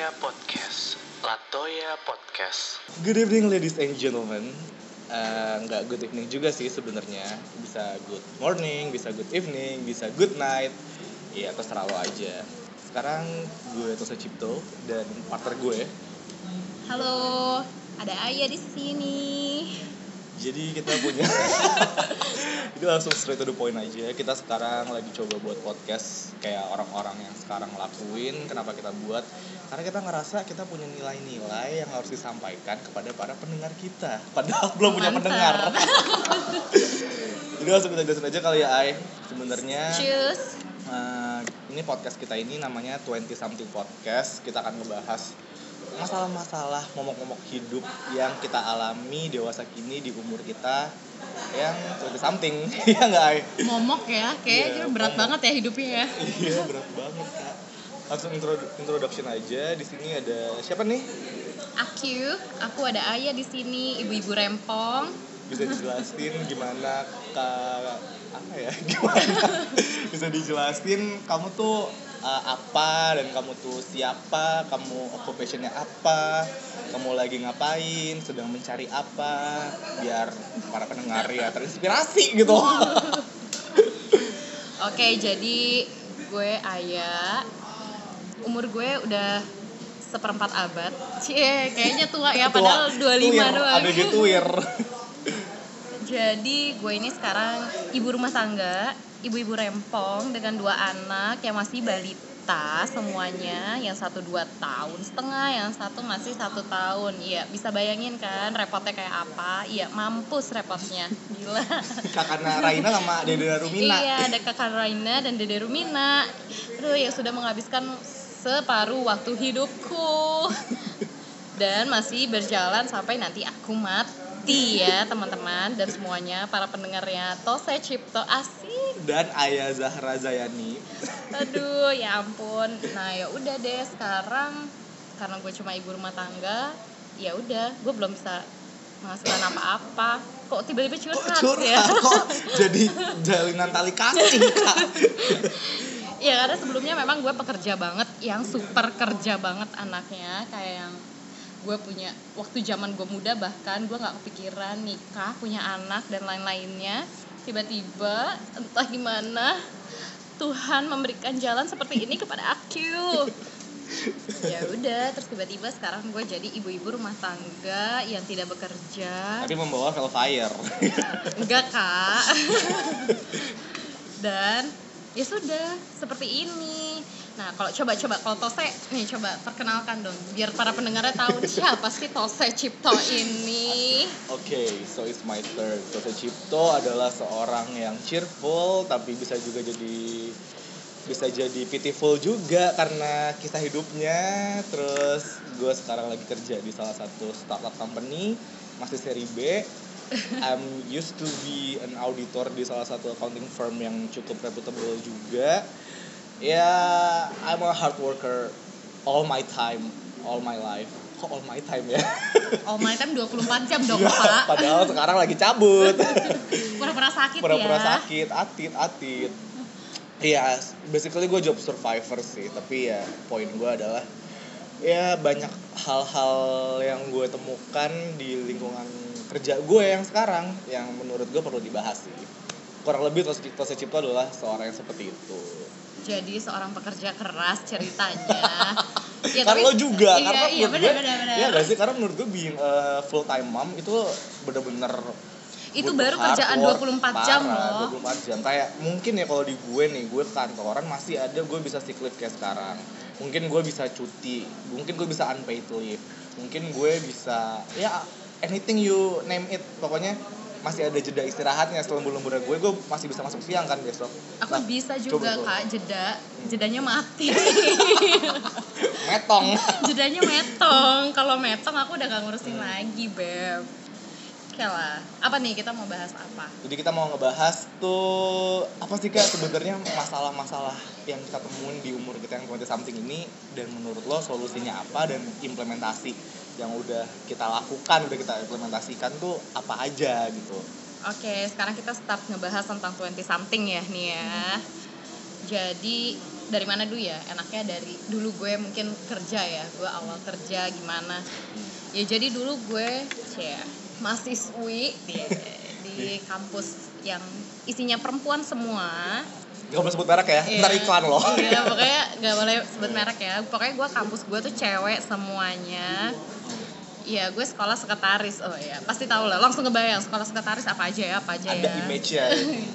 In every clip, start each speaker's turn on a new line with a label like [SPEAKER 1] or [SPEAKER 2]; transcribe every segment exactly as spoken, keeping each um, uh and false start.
[SPEAKER 1] Latoya Podcast. Latoya Podcast.
[SPEAKER 2] Good evening ladies and gentlemen. Uh, nggak good evening juga sih sebenarnya. Bisa good morning, bisa good evening, bisa good night. Iya, terserah lo aja. Sekarang gue Tosa Cipto dan partner gue.
[SPEAKER 3] Halo, ada Aya di sini.
[SPEAKER 2] Jadi kita punya itu langsung straight to the point aja. Kita sekarang lagi coba buat podcast kayak orang-orang yang sekarang lakuin. Kenapa kita buat? Karena kita ngerasa kita punya nilai-nilai yang harus disampaikan kepada para pendengar kita. Padahal belum punya
[SPEAKER 3] Mantap.
[SPEAKER 2] pendengar. Jadi langsung kita jelasin aja kali ya, Ay. Sebenarnya
[SPEAKER 3] Cus.
[SPEAKER 2] uh, ini podcast kita ini namanya twenty something podcast. Kita akan ngebahas masalah-masalah momok-momok hidup yang kita alami dewasa kini di umur kita yang twenty something. Iya nggak, Ay?
[SPEAKER 3] Momok ya, kayaknya
[SPEAKER 2] Iya,
[SPEAKER 3] berat
[SPEAKER 2] momok.
[SPEAKER 3] banget ya hidupnya ya.
[SPEAKER 2] Iya, berat banget, Kak. Langsung intro introduction aja. Di sini ada siapa nih?
[SPEAKER 3] Aku, aku ada Aya di sini, ibu-ibu rempong.
[SPEAKER 2] Bisa dijelasin gimana Kak, apa ya? Gimana? Bisa dijelasin kamu tuh uh, apa dan kamu tuh siapa, kamu occupationnya apa, kamu lagi ngapain, sedang mencari apa, biar para pendengar ya terinspirasi gitu.
[SPEAKER 3] Oke, jadi gue Aya. Umur gue udah seperempat abad. Cie, kayaknya tua ya, padahal dua puluh lima doang.
[SPEAKER 2] Ada gitu wir.
[SPEAKER 3] Jadi gue ini sekarang ibu rumah tangga, ibu-ibu rempong dengan dua anak yang masih balita semuanya, yang satu dua tahun setengah, yang satu masih satu tahun. Iya, bisa bayangin kan repotnya kayak apa? Iya, mampus repotnya, gila.
[SPEAKER 2] Kakaknya Raina sama Dede Rumina.
[SPEAKER 3] Iya, ada kakak Raina dan Dede Rumina. Aduh, yang sudah menghabiskan separuh waktu hidupku dan masih berjalan sampai nanti aku mati ya teman-teman dan semuanya para pendengarnya Tosa Cipto asik.
[SPEAKER 2] Dan Aya Zahra Zayani.
[SPEAKER 3] Aduh, ya ampun. Nah, ya udah deh sekarang karena gue cuma ibu rumah tangga, ya udah, gue belum bisa menghasilkan apa-apa. Kok tiba-tiba curhat,
[SPEAKER 2] Kok curhat?
[SPEAKER 3] ya?
[SPEAKER 2] Kok jadi jalinan tali kasih, Kak?
[SPEAKER 3] Ya karena sebelumnya memang gue pekerja banget, yang super kerja banget anaknya, kayak yang gue punya waktu zaman gue muda bahkan gue nggak kepikiran nikah, punya anak dan lain-lainnya. Tiba-tiba entah gimana Tuhan memberikan jalan seperti ini kepada aku. Ya udah, terus tiba-tiba sekarang gue jadi ibu-ibu rumah tangga yang tidak bekerja.
[SPEAKER 2] Tapi membawa Hellfire.
[SPEAKER 3] Enggak, Kak. Dan ya sudah seperti ini. Nah, kalau coba-coba kalau Tose nih coba perkenalkan dong biar para pendengarnya tahu siapa sih Tose Cipto ini.
[SPEAKER 2] Oke, okay, so it's my turn. Tosa Cipto adalah seorang yang cheerful tapi bisa juga jadi bisa jadi pitiful juga karena kisah hidupnya. Terus gue sekarang lagi kerja di salah satu startup company, masih seri B. I'm used to be an auditor di salah satu accounting firm yang cukup reputable juga. Ya, I'm a hard worker all my time, all my life. Kok all my time ya?
[SPEAKER 3] All my time dua puluh empat jam dong,
[SPEAKER 2] Ya,
[SPEAKER 3] Pak.
[SPEAKER 2] padahal sekarang lagi cabut.
[SPEAKER 3] Pura-pura sakit
[SPEAKER 2] Pura-pura
[SPEAKER 3] ya.
[SPEAKER 2] sakit, atit-atit. Iya, basically gue job survivor sih. Tapi ya, poin gue adalah ya banyak hal-hal yang gue temukan di lingkungan kerja gue yang sekarang yang menurut gue perlu dibahas sih. Kurang lebih Tosa Cipto adalah seorang yang seperti itu.
[SPEAKER 3] Jadi seorang pekerja keras ceritanya. Ya,
[SPEAKER 2] Karena lo juga,
[SPEAKER 3] iya,
[SPEAKER 2] karena
[SPEAKER 3] iya,
[SPEAKER 2] menurut
[SPEAKER 3] benar,
[SPEAKER 2] gue,
[SPEAKER 3] benar, benar.
[SPEAKER 2] ya gak sih, karena menurut gue being a full time mom itu bener-bener
[SPEAKER 3] Itu
[SPEAKER 2] butuh
[SPEAKER 3] baru
[SPEAKER 2] hard
[SPEAKER 3] kerjaan
[SPEAKER 2] work,
[SPEAKER 3] dua puluh empat jam
[SPEAKER 2] parah,
[SPEAKER 3] loh.
[SPEAKER 2] dua puluh empat jam. Kayak mungkin ya kalau di gue nih, gue kantoran masih ada gue bisa sick leave kayak sekarang. Mungkin gue bisa cuti, mungkin gue bisa unpaid leave. Mungkin gue bisa ya anything you name it, pokoknya masih ada jeda istirahatnya setelah lembur-lemburnya gue, gue masih bisa masuk siang kan besok.
[SPEAKER 3] Aku
[SPEAKER 2] Nah,
[SPEAKER 3] bisa juga
[SPEAKER 2] coba,
[SPEAKER 3] Kak jeda, jedanya mati.
[SPEAKER 2] metong.
[SPEAKER 3] Jedanya metong. Kalau metong aku udah gak ngurusin lagi, Beb. Oke lah. Apa nih kita mau bahas apa?
[SPEAKER 2] Jadi kita mau ngebahas tuh apa sih Kak sebenarnya masalah-masalah yang kita temuin di umur kita yang twenty something ini, dan menurut lo solusinya apa dan implementasi yang udah kita lakukan, udah kita implementasikan tuh apa aja gitu.
[SPEAKER 3] Oke, sekarang kita start ngebahas tentang twenty something ya nih ya. Jadi dari mana dulu ya? Enaknya dari dulu gue mungkin kerja ya. Gue awal kerja gimana? Ya jadi dulu gue cie, mahasiswi di, di kampus yang isinya perempuan semua.
[SPEAKER 2] Gak boleh sebut merek ya,
[SPEAKER 3] Iya.
[SPEAKER 2] ntar iklan loh.
[SPEAKER 3] Iya, pokoknya gak boleh sebut merek ya. Pokoknya gue kampus gue tuh cewek semuanya. Iya, gue sekolah sekretaris. Oh iya, pasti tahu lah. Langsung kebayang sekolah sekretaris apa aja ya, apa aja
[SPEAKER 2] Ada
[SPEAKER 3] ya.
[SPEAKER 2] image ya.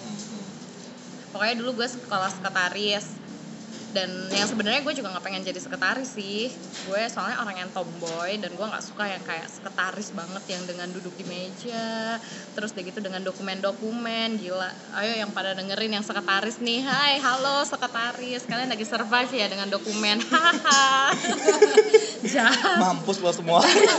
[SPEAKER 3] Pokoknya dulu gue sekolah sekretaris. Dan yang sebenarnya gue juga nggak pengen jadi sekretaris sih. Gue soalnya orang yang tomboy dan gue nggak suka yang kayak sekretaris banget yang dengan duduk di meja, terus udah gitu dengan dokumen-dokumen. Gila, ayo yang pada dengerin yang sekretaris nih, hai halo sekretaris, kalian lagi survive ya dengan dokumen, haha. Jahat.
[SPEAKER 2] Mampus lo semua.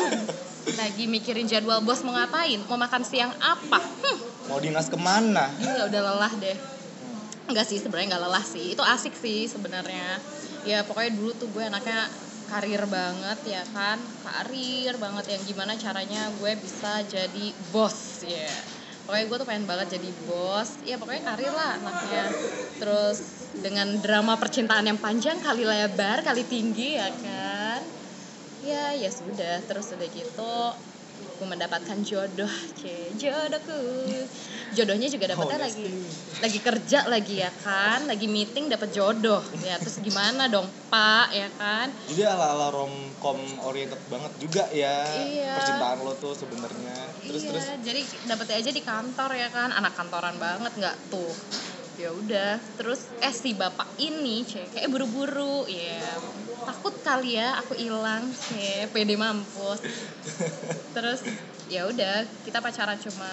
[SPEAKER 3] Lagi mikirin jadwal bos mau ngapain, mau makan siang apa, hmm.
[SPEAKER 2] Mau dinas kemana?
[SPEAKER 3] Gila udah lelah deh. Enggak sih, sebenarnya nggak lelah sih, itu asik sih sebenarnya. Ya pokoknya dulu tuh gue anaknya karir banget ya kan, karir banget yang gimana caranya gue bisa jadi bos ya. Pokoknya gue tuh pengen banget jadi bos, ya pokoknya karir lah anaknya. Terus dengan drama percintaan yang panjang kali lebar kali tinggi ya kan. Ya ya sudah, terus udah gitu gue mendapatkan jodoh, cie jodohku. Jodohnya juga dapetnya
[SPEAKER 2] Oh,
[SPEAKER 3] lagi lagi kerja lagi ya kan, lagi meeting dapat jodoh. Ya terus gimana dong Pak ya kan?
[SPEAKER 2] Jadi ala-ala romcom oriented banget juga ya.
[SPEAKER 3] Iya.
[SPEAKER 2] Percintaan lo tuh sebenarnya. Terus
[SPEAKER 3] iya,
[SPEAKER 2] terus
[SPEAKER 3] jadi dapetnya aja di kantor ya kan, anak kantoran banget nggak tuh. Ya udah, terus eh si bapak ini cek kayak buru-buru ya, takut kali ya aku hilang, cek pede mampus. Terus ya udah kita pacaran cuma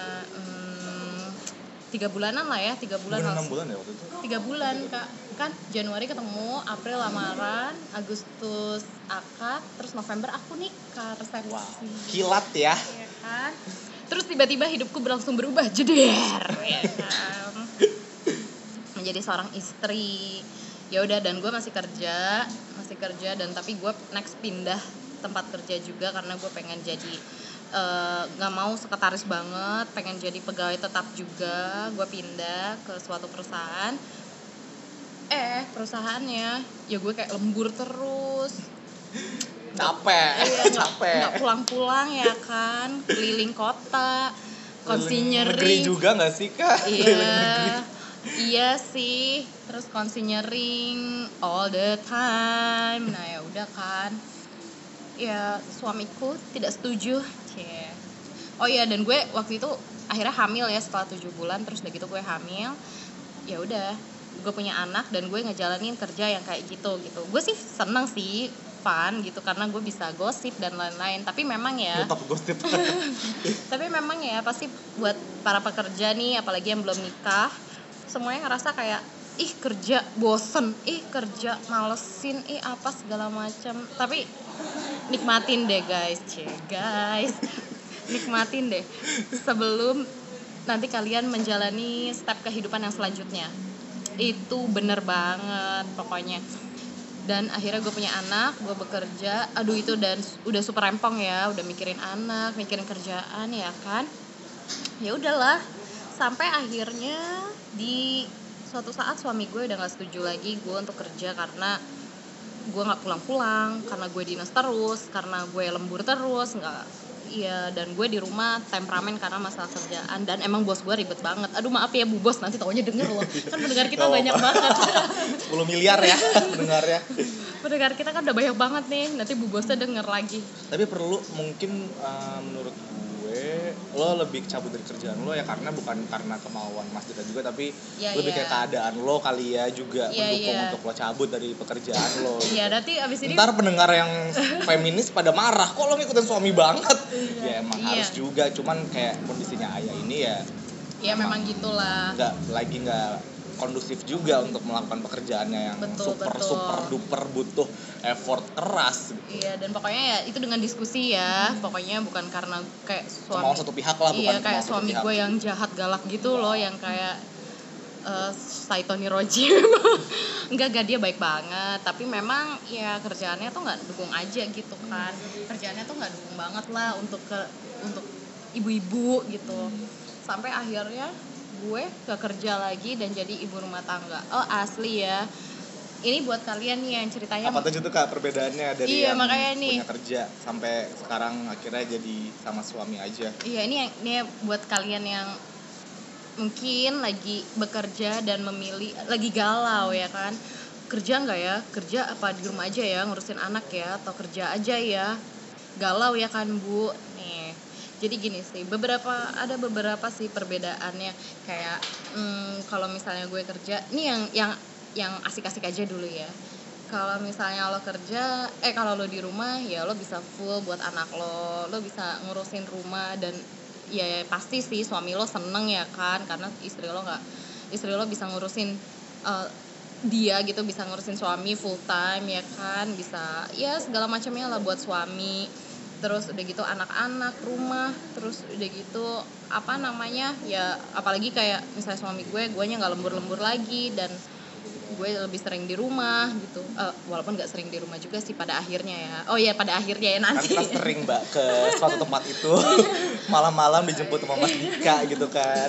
[SPEAKER 3] hmm, tiga bulanan lah ya, tiga bulan
[SPEAKER 2] bukan enam
[SPEAKER 3] langsung.
[SPEAKER 2] bulan ya waktu itu.
[SPEAKER 3] Tiga bulan kak, kan Januari ketemu, April lamaran, Agustus akad, terus November aku nikah resepsi.
[SPEAKER 2] Wow, kilat ya.
[SPEAKER 3] Ya kan? Terus tiba-tiba hidupku berlangsung berubah jeder, ya kan? Menjadi seorang istri. Ya udah, dan gue masih kerja, masih kerja dan tapi gue next pindah tempat kerja juga karena gue pengen jadi nggak uh, mau sekretaris banget, pengen jadi pegawai tetap juga. Gue pindah ke suatu perusahaan. Eh perusahaannya ya gue kayak lembur terus.
[SPEAKER 2] Capek,
[SPEAKER 3] iya,
[SPEAKER 2] capek.
[SPEAKER 3] Nggak pulang-pulang ya kan, keliling kota, konsinyering.
[SPEAKER 2] Negeri juga nggak sih kak?
[SPEAKER 3] Iya, iya sih. Terus konsinyering all the time. Nah ya udah kan. Ya suamiku tidak setuju. Cie. Oh iya, dan gue waktu itu akhirnya hamil ya setelah tujuh bulan. Terus udah gitu gue hamil. Ya udah, gue punya anak dan gue ngejalanin kerja yang kayak gitu gitu. Gue sih seneng sih, fun gitu karena gue bisa gosip dan lain-lain. Tapi memang ya.
[SPEAKER 2] Tetap gosip.
[SPEAKER 3] Tapi memang ya pasti buat para pekerja nih, apalagi yang belum nikah, semuanya ngerasa kayak ih kerja bosen, ih kerja malesin, ih apa segala macam. Tapi nikmatin deh guys, cie guys, nikmatin deh sebelum nanti kalian menjalani step kehidupan yang selanjutnya. Itu bener banget pokoknya. Dan akhirnya gue punya anak, gue bekerja, aduh itu dan udah super rempong ya, udah mikirin anak, mikirin kerjaan ya kan. Ya udahlah, sampai akhirnya di suatu saat suami gue udah nggak setuju lagi gue untuk kerja karena gue nggak pulang-pulang, karena gue dinas terus, karena gue lembur terus, nggak, iya, dan gue di rumah temperamen karena masalah kerjaan dan emang bos gue ribet banget. Aduh maaf ya bu bos, nanti taunya denger loh, kan pendengar kita
[SPEAKER 2] Gak
[SPEAKER 3] banyak
[SPEAKER 2] apa-apa.
[SPEAKER 3] banget.
[SPEAKER 2] sepuluh miliar ya pendengarnya.
[SPEAKER 3] Pendengar kita kan udah banyak banget nih, nanti bu bosnya denger lagi.
[SPEAKER 2] Tapi perlu mungkin uh, menurut gue lo lebih cabut dari kerjaan lo ya karena bukan karena kemauan Mas Dita juga, tapi
[SPEAKER 3] Ya,
[SPEAKER 2] lebih
[SPEAKER 3] ya.
[SPEAKER 2] kayak keadaan lo kali ya juga
[SPEAKER 3] Ya,
[SPEAKER 2] mendukung
[SPEAKER 3] ya.
[SPEAKER 2] untuk lo cabut dari pekerjaan lo.
[SPEAKER 3] Iya, nanti abis ini
[SPEAKER 2] Ntar pendengar yang feminis pada marah, kok lo ngikutin suami banget? Ya emang
[SPEAKER 3] Iya.
[SPEAKER 2] harus juga, cuman kayak kondisinya Ayah ini ya
[SPEAKER 3] ya memang gitulah.
[SPEAKER 2] nggak lagi nggak kondusif juga untuk melakukan pekerjaannya yang
[SPEAKER 3] Betul,
[SPEAKER 2] super
[SPEAKER 3] betul.
[SPEAKER 2] super duper butuh effort keras.
[SPEAKER 3] Iya, dan pokoknya ya itu dengan diskusi ya. Pokoknya bukan karena kayak suami.
[SPEAKER 2] Kemauan satu pihak lah, bukan
[SPEAKER 3] Iya, kayak
[SPEAKER 2] kemauan satu
[SPEAKER 3] suami
[SPEAKER 2] pihak.
[SPEAKER 3] gue yang jahat galak gitu loh, yang kayak uh, Saitoni Rojim. Enggak, enggak, dia baik banget. Tapi memang ya kerjaannya tuh nggak dukung aja gitu kan. Kerjaannya tuh nggak dukung banget lah untuk ke untuk ibu-ibu gitu. Sampai akhirnya gue gak kerja lagi dan jadi ibu rumah tangga. Oh asli ya, ini buat kalian nih yang ceritanya
[SPEAKER 2] Apa tuh Kak perbedaannya dari
[SPEAKER 3] iya,
[SPEAKER 2] yang
[SPEAKER 3] makanya nih.
[SPEAKER 2] punya kerja sampai sekarang akhirnya jadi sama suami aja?
[SPEAKER 3] Iya, ini yang ini buat kalian yang mungkin lagi bekerja dan memilih lagi galau ya kan. Kerja nggak ya? Kerja apa di rumah aja ya ngurusin anak ya, atau kerja aja ya? Galau ya kan Bu? Nih. Jadi gini sih, beberapa ada beberapa sih perbedaannya kayak hmm, kalau misalnya gue kerja, nih yang yang yang asik-asik aja dulu ya. Kalau misalnya lo kerja, eh kalau lo di rumah ya lo bisa full buat anak lo, lo bisa ngurusin rumah dan ya pasti sih suami lo seneng ya kan, karena istri lo nggak, istri lo bisa ngurusin uh, dia gitu, bisa ngurusin suami full time ya kan, bisa ya segala macamnya lah buat suami. Terus udah gitu anak-anak, rumah, terus udah gitu apa namanya ya, apalagi kayak misalnya suami gue, guenya nggak lembur-lembur lagi dan gue lebih sering di rumah gitu, uh, walaupun nggak sering di rumah juga sih pada akhirnya ya. Oh iya pada akhirnya ya nanti.
[SPEAKER 2] Kan kita sering mbak ke suatu tempat itu malam-malam dijemput sama Mas Dika gitu kan.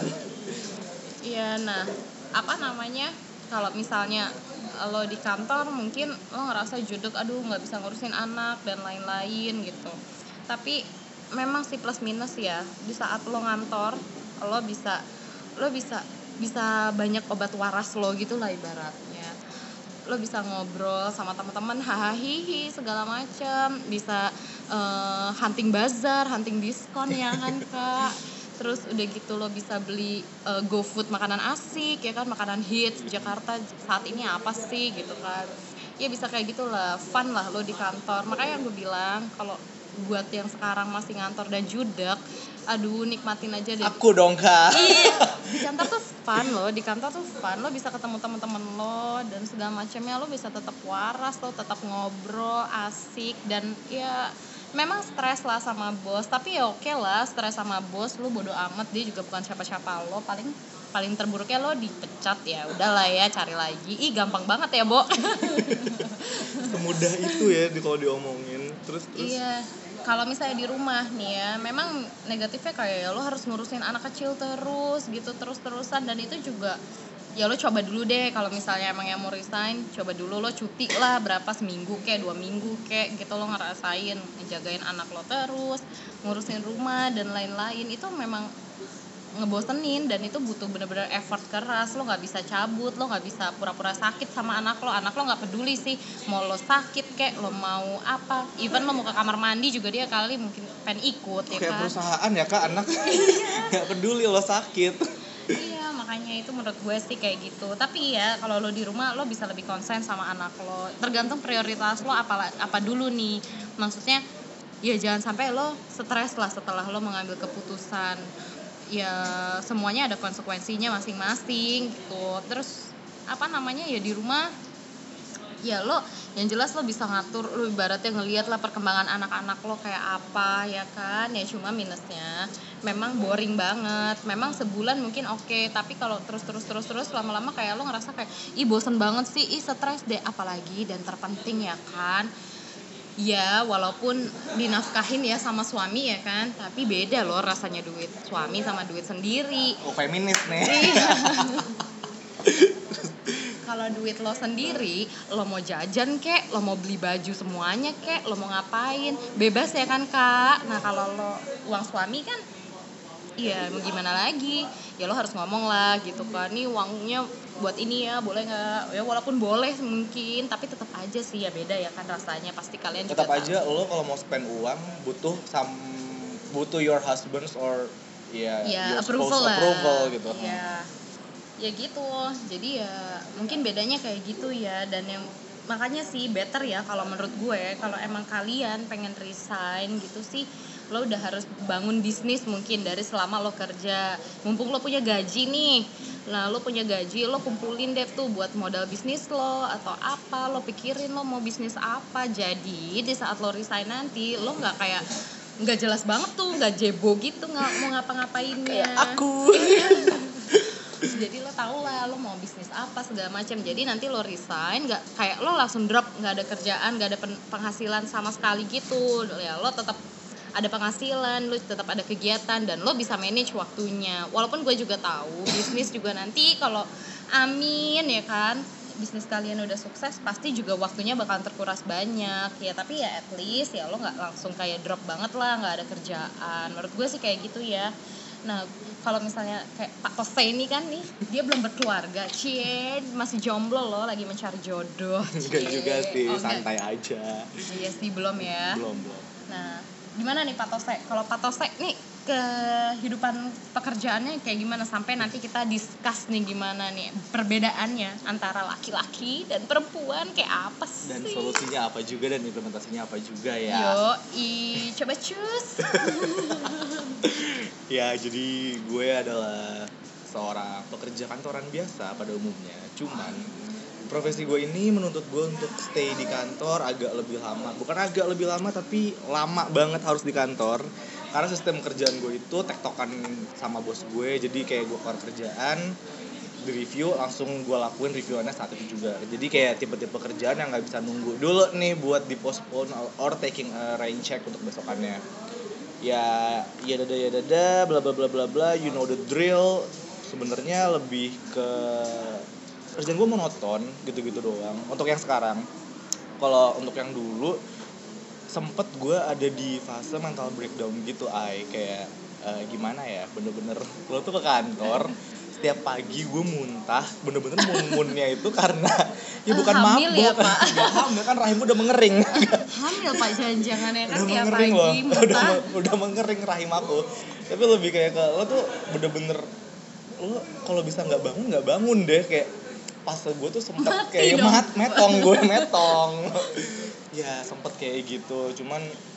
[SPEAKER 3] Iya, nah apa namanya kalau misalnya lo di kantor mungkin lo ngerasa judek, aduh nggak bisa ngurusin anak dan lain-lain gitu. Tapi memang sih plus minus ya, di saat lo ngantor lo bisa lo bisa bisa banyak obat waras lo gitu lah ibaratnya. Lo bisa ngobrol sama teman-teman, hahaha hihi segala macam, bisa uh, hunting bazar, hunting diskon ya kan Kak. Terus udah gitu lo bisa beli uh, GoFood makanan asik ya kan, makanan hits Jakarta saat ini apa sih gitu kan. Ya bisa kayak gitulah, fun lah lo di kantor. Makanya gue bilang kalau buat yang sekarang masih ngantor dan judek, aduh nikmatin aja deh.
[SPEAKER 2] Aku dong Kak.
[SPEAKER 3] Iya, di kantor tuh fun loh, di kantor tuh fun, lo bisa ketemu teman-teman lo dan segala macamnya, lo bisa tetap waras, lo tetap ngobrol asik dan ya memang stres lah sama bos, tapi ya oke lah stres sama bos, lo bodo amat, dia juga bukan siapa-siapa lo, paling paling terburuknya lo dipecat ya udahlah ya cari lagi. Ih gampang banget ya Bo.
[SPEAKER 2] Semudah itu ya kalau diomongin. Terus terus
[SPEAKER 3] iya. Kalau misalnya di rumah nih ya, memang negatifnya kayak lo harus ngurusin anak kecil terus gitu, terus-terusan, dan itu juga ya lo coba dulu deh kalau misalnya emang yang mau resign, coba dulu lo cuti lah berapa, seminggu kek, dua minggu kek gitu, lo ngerasain ngejagain anak lo terus, ngurusin rumah dan lain-lain, itu memang ngebosenin dan itu butuh bener-bener effort keras. Lo nggak bisa cabut, lo nggak bisa pura-pura sakit sama anak lo, anak lo nggak peduli sih mau lo sakit kek, lo mau apa, even lo mau ke kamar mandi juga dia kali mungkin pengen ikut ya
[SPEAKER 2] kayak
[SPEAKER 3] kan.
[SPEAKER 2] perusahaan ya Kak, anak nggak peduli lo sakit.
[SPEAKER 3] Iya, makanya itu menurut gue sih kayak gitu. Tapi ya kalau lo di rumah lo bisa lebih konsen sama anak lo, tergantung prioritas lo apa apa dulu nih, maksudnya ya jangan sampai lo stres lah setelah lo mengambil keputusan. Ya semuanya ada konsekuensinya masing-masing gitu. Terus apa namanya ya di rumah ya lo yang jelas lo bisa ngatur, lo ibaratnya ngelihat lah perkembangan anak-anak lo kayak apa ya kan. Ya cuma minusnya memang boring banget. Memang sebulan mungkin oke, okay, tapi kalau terus-terus terus-terus lama-lama kayak lo ngerasa kayak ih bosen banget sih, ih stres deh, apalagi dan terpenting ya kan. Ya walaupun dinafkahin ya sama suami ya kan, tapi beda loh rasanya duit suami sama duit sendiri.
[SPEAKER 2] Oh feminis nih.
[SPEAKER 3] Kalau duit lo sendiri, lo mau jajan kek, lo mau beli baju semuanya kek, lo mau ngapain, bebas ya kan Kak. Nah kalau lo uang suami kan, iya mau gimana lagi, ya lo harus ngomong lah gitu kan, nih uangnya buat ini ya, boleh nggak? Ya walaupun boleh mungkin, tapi tetap aja sih ya beda ya kan rasanya, pasti kalian
[SPEAKER 2] tetap
[SPEAKER 3] juga
[SPEAKER 2] aja tahu. Lo kalau mau spend uang butuh some butuh your husband's or ya
[SPEAKER 3] ya,
[SPEAKER 2] your
[SPEAKER 3] approval lah.
[SPEAKER 2] approval gitu.
[SPEAKER 3] Ya, ya gitu. Jadi ya mungkin bedanya kayak gitu ya, dan yang makanya sih better ya kalau menurut gue, kalau emang kalian pengen resign gitu sih, lo udah harus bangun bisnis mungkin dari selama lo kerja. Mumpung lo punya gaji nih, nah lo punya gaji, lo kumpulin deh tuh buat modal bisnis lo atau apa, lo pikirin lo mau bisnis apa. Jadi di saat lo resign nanti lo nggak kayak nggak jelas banget tuh, nggak jebo gitu, nggak mau ngapa-ngapainnya.
[SPEAKER 2] Kayak aku.
[SPEAKER 3] Jadi lo tau lah lo mau bisnis apa segala macam. Jadi nanti lo resign nggak kayak lo langsung drop, nggak ada kerjaan, nggak ada penghasilan sama sekali gitu ya. Lo tetap ada penghasilan, lo tetap ada kegiatan dan lo bisa manage waktunya. Walaupun gue juga tahu bisnis juga nanti kalau amin ya kan, bisnis kalian udah sukses pasti juga waktunya bakalan terkuras banyak ya, tapi ya at least ya lo nggak langsung kayak drop banget lah, nggak ada kerjaan. Menurut gue sih kayak gitu ya. Nah kalau misalnya kayak Pak Toste ini kan nih dia belum berkeluarga, cie masih jomblo loh, lagi mencari jodoh.
[SPEAKER 2] Enggak juga sih,
[SPEAKER 3] Oh,
[SPEAKER 2] santai aja.
[SPEAKER 3] Iya sih belum ya.
[SPEAKER 2] Belum belum.
[SPEAKER 3] Nah gimana nih Pak Toste? Kalau Pak Toste nih kehidupan pekerjaannya kayak gimana, sampai nanti kita discuss nih gimana nih perbedaannya antara laki-laki dan perempuan kayak apa sih?
[SPEAKER 2] Dan solusinya apa juga dan implementasinya apa juga ya.
[SPEAKER 3] Yo, i coba cus.
[SPEAKER 2] Ya jadi gue adalah seorang pekerja kantoran biasa pada umumnya. Cuman profesi gue ini menuntut gue untuk stay di kantor agak lebih lama. Bukan agak lebih lama tapi lama banget harus di kantor. Karena sistem kerjaan gue itu tektokan sama bos gue. Jadi kayak gue keluar kerjaan, di review langsung gue lakuin reviewannya saat itu juga. Jadi kayak tipe-tipe kerjaan yang gak bisa nunggu dulu nih buat di postpone or taking a rain check untuk besokannya. Ya ya dada ya dada bla bla bla bla bla, you know the drill. Sebenarnya lebih ke kerjaan gue monoton gitu-gitu doang untuk yang sekarang. Kalau untuk yang dulu sempet gue ada di fase mental breakdown gitu, ay kayak uh, gimana ya, bener-bener lo tuh ke kantor setiap pagi gue muntah, bener-bener mun-munnya itu karena ya bukan
[SPEAKER 3] hamil
[SPEAKER 2] mabuk
[SPEAKER 3] ya, Pak?
[SPEAKER 2] Gak hamil kan, rahim udah mengering.
[SPEAKER 3] Hamil Pak, jangan-jangan ya kan
[SPEAKER 2] Udah
[SPEAKER 3] tiap
[SPEAKER 2] mengering
[SPEAKER 3] pagi
[SPEAKER 2] loh,
[SPEAKER 3] muntah.
[SPEAKER 2] udah, udah mengering rahim aku. Tapi lebih kayak ke lo tuh bener-bener lo kalau bisa nggak bangun nggak bangun deh, kayak pas gue tuh sempet
[SPEAKER 3] Mati
[SPEAKER 2] kayak
[SPEAKER 3] dong.
[SPEAKER 2] mat metong gue metong. Ya sempet kayak gitu, cuman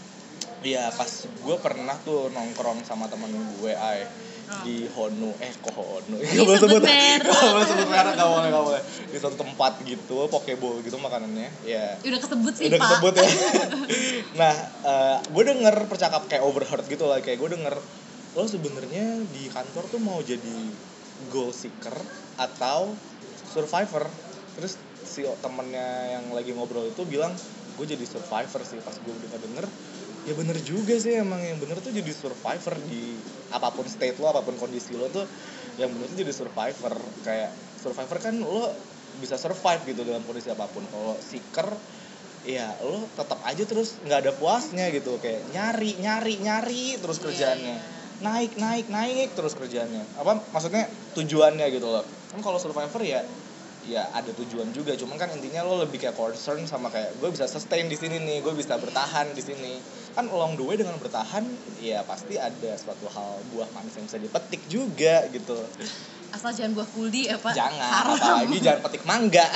[SPEAKER 2] ya pas gue pernah tuh nongkrong sama temen gue ay
[SPEAKER 3] Oh.
[SPEAKER 2] di Honu, eh kok Honu?
[SPEAKER 3] Ini
[SPEAKER 2] Gak boleh
[SPEAKER 3] sebut
[SPEAKER 2] sebut,
[SPEAKER 3] merek.
[SPEAKER 2] gak boleh sebut merek, gak boleh, gak boleh. Di suatu tempat gitu, pokeball gitu makanannya, ya.
[SPEAKER 3] Udah kesebut sih
[SPEAKER 2] Udah
[SPEAKER 3] Pak.
[SPEAKER 2] kesebut ya. Nah, uh, gue denger percakap kayak overheard gitu lah, kayak gue denger lo sebenarnya di kantor tuh mau jadi goal seeker atau survivor. Terus si temennya yang lagi ngobrol itu bilang gue jadi survivor sih. Pas gue udah denger, ya bener juga sih, emang yang bener tuh jadi survivor di apapun state lo, apapun kondisi lo tuh yang bener tuh jadi survivor. Kayak survivor kan lo bisa survive gitu dalam kondisi apapun. Kalau seeker ya lo tetap aja terus nggak ada puasnya gitu, kayak nyari nyari nyari terus kerjaannya, naik naik naik terus kerjaannya. Apa maksudnya tujuannya gitu loh. Kan kalau survivor ya ya ada tujuan juga, cuman kan intinya lo lebih kayak concern sama kayak gue bisa sustain di sini nih, gue bisa bertahan di sini. Kan along the way dengan bertahan ya pasti ada suatu hal buah manis yang bisa dipetik juga gitu.
[SPEAKER 3] Asal jangan buah kuldi ya Pak.
[SPEAKER 2] Jangan,
[SPEAKER 3] Haram.
[SPEAKER 2] apalagi jangan petik mangga.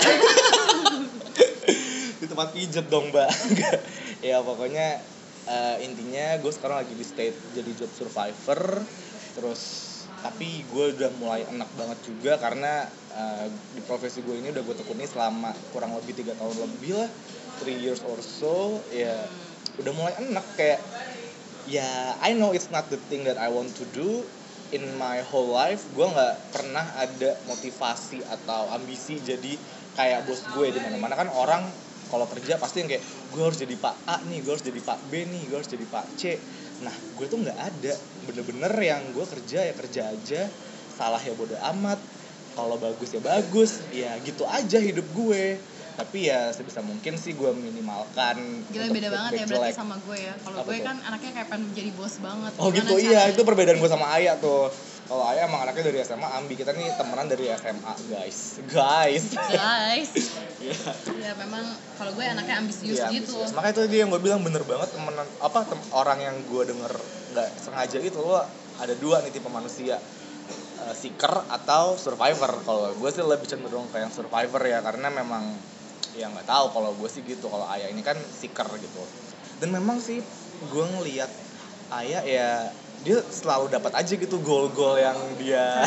[SPEAKER 2] Di tempat pijet dong mbak. Ya pokoknya uh, intinya gue sekarang lagi di state jadi job survivor. Terus tapi gue udah mulai enak banget juga karena uh, di profesi gue ini udah gue tekuni selama kurang lebih tiga tahun lebih lah, three years or so. Ya udah mulai enak, kayak ya I know it's not the thing that I want to do in my whole life. Gue nggak pernah ada motivasi atau ambisi jadi kayak bos gue di mana-mana. Kan orang kalau kerja pasti yang kayak gue harus jadi Pak A nih, gue harus jadi Pak B nih, gue harus jadi Pak C. Nah gue tuh nggak ada, bener-bener yang gue kerja ya kerja aja, salah ya bodo amat, kalau bagus ya bagus, ya gitu aja hidup gue. Tapi ya sebisa mungkin sih gue minimalkan.
[SPEAKER 3] Gila beda banget ya berarti sama gue ya. Kalau gue
[SPEAKER 2] tuh?
[SPEAKER 3] kan anaknya kayak pengen jadi bos banget.
[SPEAKER 2] Oh
[SPEAKER 3] Gimana
[SPEAKER 2] gitu,
[SPEAKER 3] caranya?
[SPEAKER 2] iya itu perbedaan gue sama Aya tuh. Kalau Aya emang anaknya dari S M A, Ambi kita nih temenan dari S M A guys, guys.
[SPEAKER 3] Guys.
[SPEAKER 2] Iya.
[SPEAKER 3] Ya memang kalau gue anaknya ambisius
[SPEAKER 2] Iya,
[SPEAKER 3] gitu.
[SPEAKER 2] ambisius. Makanya itu dia yang gue bilang bener banget, temenan apa tem, orang yang gue denger nggak sengaja gitu, lo ada dua nih tipe manusia, uh, seeker atau survivor. Kalau gue sih lebih cenderung kayak yang survivor ya, karena memang ya nggak tahu, kalau gue sih gitu. Kalau Aya ini kan seeker gitu, dan memang sih gue ngelihat Aya ya dia selalu dapat aja gitu goal-goal yang dia.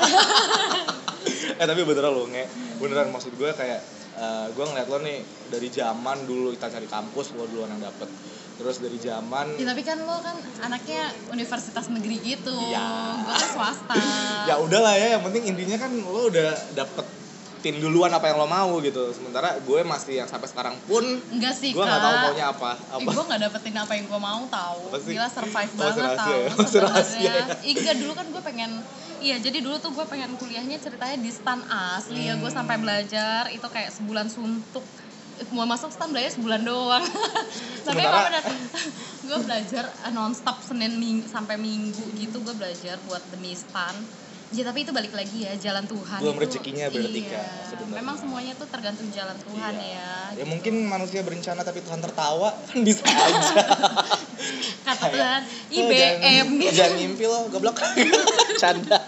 [SPEAKER 2] Eh tapi beneran lo nge, beneran maksud gue kayak uh, gue ngeliat lo nih dari zaman dulu kita cari kampus, lo duluan yang dapet. Terus dari zaman
[SPEAKER 3] Ya tapi kan lo kan anaknya universitas negeri gitu.
[SPEAKER 2] Ya.
[SPEAKER 3] Gue kan swasta.
[SPEAKER 2] Ya udahlah ya, yang penting intinya kan lo udah dapet tin duluan apa yang lo mau gitu. Sementara gue masih yang sampai sekarang pun
[SPEAKER 3] Enggak sih
[SPEAKER 2] gue
[SPEAKER 3] Kak.
[SPEAKER 2] nggak tahu maunya apa.
[SPEAKER 3] Ih,
[SPEAKER 2] Apa?
[SPEAKER 3] gue nggak dapetin apa yang gue mau tahu.
[SPEAKER 2] Apa sih?
[SPEAKER 3] Gila survive
[SPEAKER 2] Oh,
[SPEAKER 3] banget
[SPEAKER 2] rahasia
[SPEAKER 3] tahu
[SPEAKER 2] ya? Oh, rahasia
[SPEAKER 3] sebenarnya.
[SPEAKER 2] ya?
[SPEAKER 3] Ih, enggak, dulu kan gue pengen Iya, jadi dulu tuh gue pengen kuliahnya ceritanya di stan asli ya, gue sampai belajar itu kayak sebulan suntuk. Mau masuk stan belajar sebulan doang. Tapi emang bener, gue belajar nonstop Senin ming- sampai Minggu gitu gue belajar buat demi stan. Ya tapi itu balik lagi ya, jalan Tuhan.
[SPEAKER 2] Belum
[SPEAKER 3] itu,
[SPEAKER 2] rezekinya berarti
[SPEAKER 3] iya,
[SPEAKER 2] Kak sebenarnya.
[SPEAKER 3] memang semuanya tuh tergantung jalan Tuhan
[SPEAKER 2] Iya.
[SPEAKER 3] ya.
[SPEAKER 2] Ya
[SPEAKER 3] gitu.
[SPEAKER 2] mungkin manusia berencana tapi Tuhan tertawa kan bisa aja.
[SPEAKER 3] Kata
[SPEAKER 2] Kayak,
[SPEAKER 3] Tuhan, I
[SPEAKER 2] "Oh,
[SPEAKER 3] B M
[SPEAKER 2] jangan,
[SPEAKER 3] gitu.
[SPEAKER 2] jangan ngimpi lo, goblok." Canda.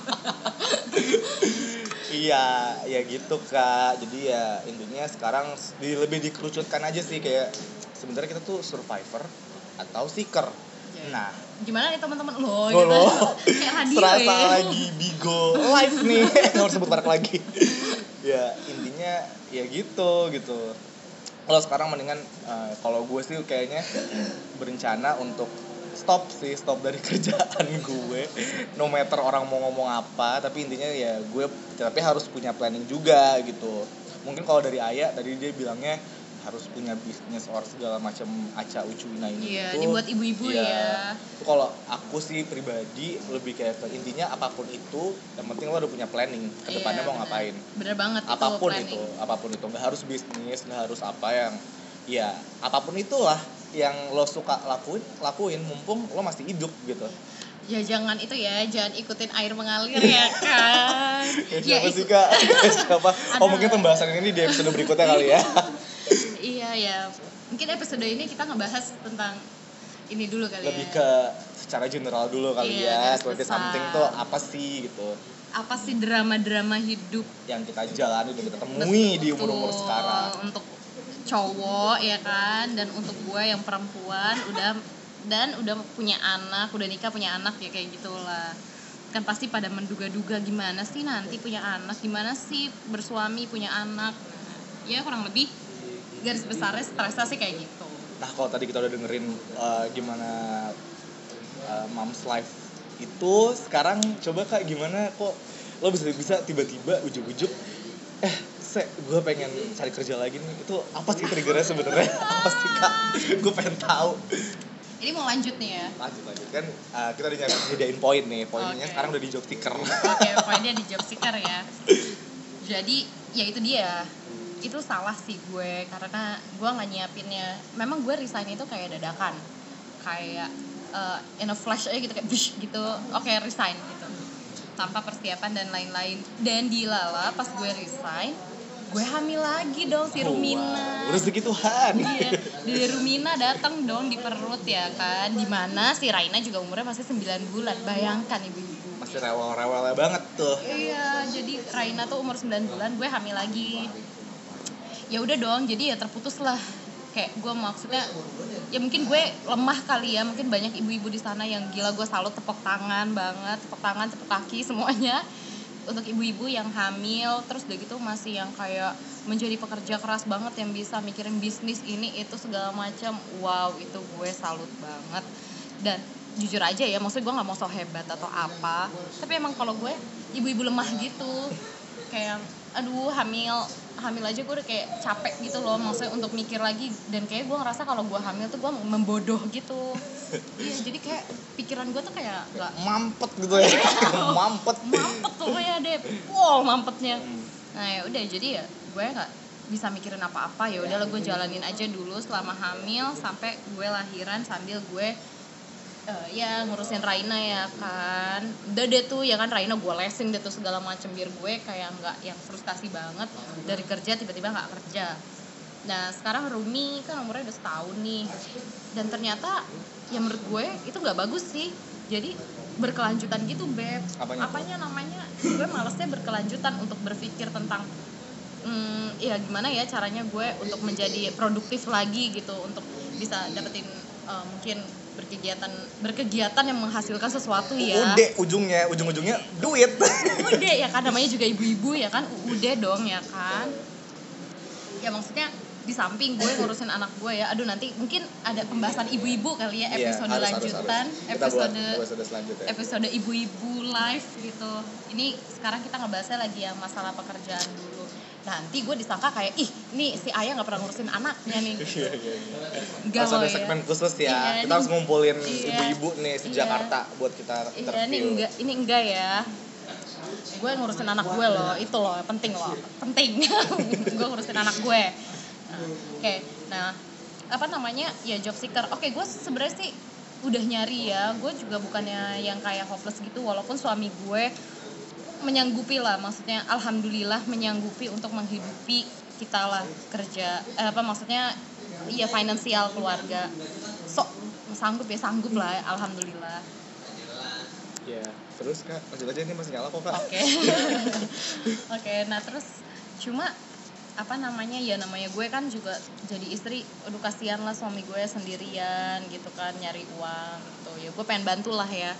[SPEAKER 2] Iya, ya gitu Kak. Jadi ya intinya sekarang di, lebih dikerucutkan aja sih kayak sebenarnya kita tuh survivor atau seeker. Nah,
[SPEAKER 3] Gimana nih teman-teman lo?
[SPEAKER 2] oh,
[SPEAKER 3] Gitu.
[SPEAKER 2] lo
[SPEAKER 3] Kayak radio
[SPEAKER 2] serasa
[SPEAKER 3] ya.
[SPEAKER 2] lagi Bigo live nih, nggak harus sebut merek lagi. Ya intinya ya gitu gitu. Kalau sekarang mendingan uh, kalau gue sih kayaknya berencana untuk stop sih, stop dari kerjaan gue. No matter orang mau ngomong apa, tapi intinya ya gue tapi harus punya planning juga gitu. Mungkin kalau dari Ayah tadi dia bilangnya harus punya bisnis or segala macam aca ucuina ini.
[SPEAKER 3] Iya,
[SPEAKER 2] itu,
[SPEAKER 3] ini buat ibu-ibu ya.
[SPEAKER 2] Itu kalau aku sih pribadi lebih kayak ke intinya apapun itu, yang penting lo udah punya planning ke depannya
[SPEAKER 3] Iya,
[SPEAKER 2] mau
[SPEAKER 3] bener.
[SPEAKER 2] ngapain.
[SPEAKER 3] Bener banget
[SPEAKER 2] Apapun
[SPEAKER 3] itu,
[SPEAKER 2] itu, apapun itu, nggak harus bisnis, nggak harus apa yang, ya apapun itulah yang lo suka lakuin, lakuin mumpung lo masih hidup gitu.
[SPEAKER 3] Ya jangan itu ya, jangan ikutin air mengalir ya kan.
[SPEAKER 2] Ya, siapa
[SPEAKER 3] ya,
[SPEAKER 2] sih Kak? Siapa? Oh
[SPEAKER 3] Ada.
[SPEAKER 2] mungkin pembahasan ini di episode berikutnya kali ya.
[SPEAKER 3] Iya ya, mungkin episode ini kita ngebahas tentang ini dulu kali
[SPEAKER 2] Lebih
[SPEAKER 3] ya.
[SPEAKER 2] ke secara general dulu kali
[SPEAKER 3] Iya,
[SPEAKER 2] ya,
[SPEAKER 3] garis
[SPEAKER 2] seperti
[SPEAKER 3] besar.
[SPEAKER 2] something tuh apa sih gitu
[SPEAKER 3] Apa sih drama-drama hidup
[SPEAKER 2] yang kita jalani dan kita temui di umur-umur
[SPEAKER 3] Betul,
[SPEAKER 2] sekarang.
[SPEAKER 3] untuk cowok ya kan, dan untuk gue yang perempuan udah dan udah punya anak, udah nikah punya anak ya kayak gitulah. Kan pasti pada menduga-duga gimana sih nanti punya anak, gimana sih bersuami punya anak. Ya kurang lebih garis besarnya stresnya sih kayak gitu.
[SPEAKER 2] Nah kalau tadi kita udah dengerin uh, gimana uh, mom's life itu, sekarang coba Kak gimana kok lo bisa bisa tiba-tiba ujuk-ujuk eh se gue pengen cari kerja lagi nih, itu apa sih triggernya sebenarnya? Apa sih Kak? Gue pengen tahu.
[SPEAKER 3] Ini mau lanjut nih ya.
[SPEAKER 2] Lanjut lanjut kan uh, kita udah nyediain poin nih, poinnya
[SPEAKER 3] Oke.
[SPEAKER 2] sekarang udah di job seeker.
[SPEAKER 3] Oke, poinnya di job seeker ya. Jadi ya itu dia, itu salah sih gue karena gue nggak nyiapinnya. Memang gue resign itu kayak dadakan, kayak uh, in a flash aja gitu, kayak bish gitu, oke resign gitu, tanpa persiapan dan lain-lain. Dan dilala pas gue resign, gue hamil lagi dong si Rumina.
[SPEAKER 2] Wow, rezeki Tuhan.
[SPEAKER 3] Iya, di Rumina datang dong di perut ya kan, dimana si Raina juga umurnya masih sembilan bulan. Bayangkan ibu-ibu.
[SPEAKER 2] Masih rewel-rewelnya banget tuh.
[SPEAKER 3] Iya, jadi Raina tuh umur sembilan bulan, gue hamil lagi. Ya udah dong, jadi ya terputus lah. Kayak gue maksudnya, ya mungkin gue lemah kali ya, mungkin banyak ibu-ibu di sana yang gila, gue salut, tepuk tangan banget, tepuk tangan, tepuk kaki semuanya. Untuk ibu-ibu yang hamil, terus udah gitu masih yang kayak menjadi pekerja keras banget, yang bisa mikirin bisnis ini itu segala macam. Wow, itu gue salut banget. Dan jujur aja ya, maksudnya gue nggak mau so hebat atau apa, tapi emang kalau gue ibu-ibu lemah gitu, kayak aduh hamil hamil aja gue udah kayak capek gitu loh, maksudnya untuk mikir lagi. Dan kayak gue ngerasa kalau gue hamil tuh gue membodoh gitu. Iya, jadi kayak pikiran gue tuh kayak nggak
[SPEAKER 2] Mampet gitu ya. Mampet.
[SPEAKER 3] mampet tuh ya deh, wow mampetnya. Nah ya udah, jadi ya gue nggak bisa mikirin apa-apa. Ya udahlah, gue jalanin aja dulu selama hamil sampai gue lahiran, sambil gue uh, ya ngurusin Raina ya kan. Udah deh tuh ya kan, Raina gue lesin deh tuh segala macem biar gue kayak nggak yang frustasi banget dari kerja tiba-tiba nggak kerja. Nah sekarang Rumi kan umurnya udah setahun nih, dan ternyata ya menurut gue itu nggak bagus sih. Jadi berkelanjutan gitu beb.
[SPEAKER 2] Apanya?
[SPEAKER 3] Apanya namanya? Gue malesnya berkelanjutan untuk berpikir tentang hmm, ya gimana ya caranya gue untuk menjadi produktif lagi gitu, untuk bisa dapetin uh, mungkin berkegiatan berkegiatan yang menghasilkan sesuatu ya.
[SPEAKER 2] Udah ujungnya, ujung-ujungnya duit.
[SPEAKER 3] Udah ya kan, namanya juga ibu-ibu ya kan, udah dong ya kan. Ya maksudnya di samping gue ngurusin anak gue ya, aduh nanti mungkin ada pembahasan ibu-ibu kali ya, episode
[SPEAKER 2] Iya, harus,
[SPEAKER 3] lanjutan,
[SPEAKER 2] harus, harus.
[SPEAKER 3] episode
[SPEAKER 2] Kita buat episode selanjutnya.
[SPEAKER 3] episode ibu-ibu live gitu. Ini sekarang kita ngebahasnya lagi yang masalah pekerjaan dulu. nanti gue disangka kayak ih nih si ayah nggak pernah ngurusin anaknya nih.
[SPEAKER 2] Iya iya iya.
[SPEAKER 3] Enggak
[SPEAKER 2] Harus ada
[SPEAKER 3] loh ya.
[SPEAKER 2] segmen khusus ya.
[SPEAKER 3] Iya,
[SPEAKER 2] Kita
[SPEAKER 3] ini-
[SPEAKER 2] harus ngumpulin
[SPEAKER 3] iya.
[SPEAKER 2] ibu-ibu nih
[SPEAKER 3] Iya.
[SPEAKER 2] se-Jakarta buat kita
[SPEAKER 3] Iya ini
[SPEAKER 2] interview.
[SPEAKER 3] enggak ini enggak ya. Gue ngurusin anak gue loh, itu loh penting loh, penting. Gue ngurusin anak gue. Nah, Oke, okay. Nah apa namanya ya job seeker. Oke, okay, gue sebenarnya sih udah nyari ya. Gue juga bukannya yang kayak hopeless gitu, walaupun suami gue menyanggupi lah, maksudnya alhamdulillah menyanggupi untuk menghidupi kita lah kerja. Eh, apa maksudnya ya finansial keluarga. So sanggup ya sanggup lah, alhamdulillah.
[SPEAKER 2] Ya, terus Kak, lanjut aja ini masih nyala kok Kak.
[SPEAKER 3] Oke. Oke, nah terus cuma apa namanya ya namanya gue kan juga jadi istri, aduh kasihan lah suami gue sendirian gitu kan nyari uang gitu. Ya gue pengen bantu lah ya.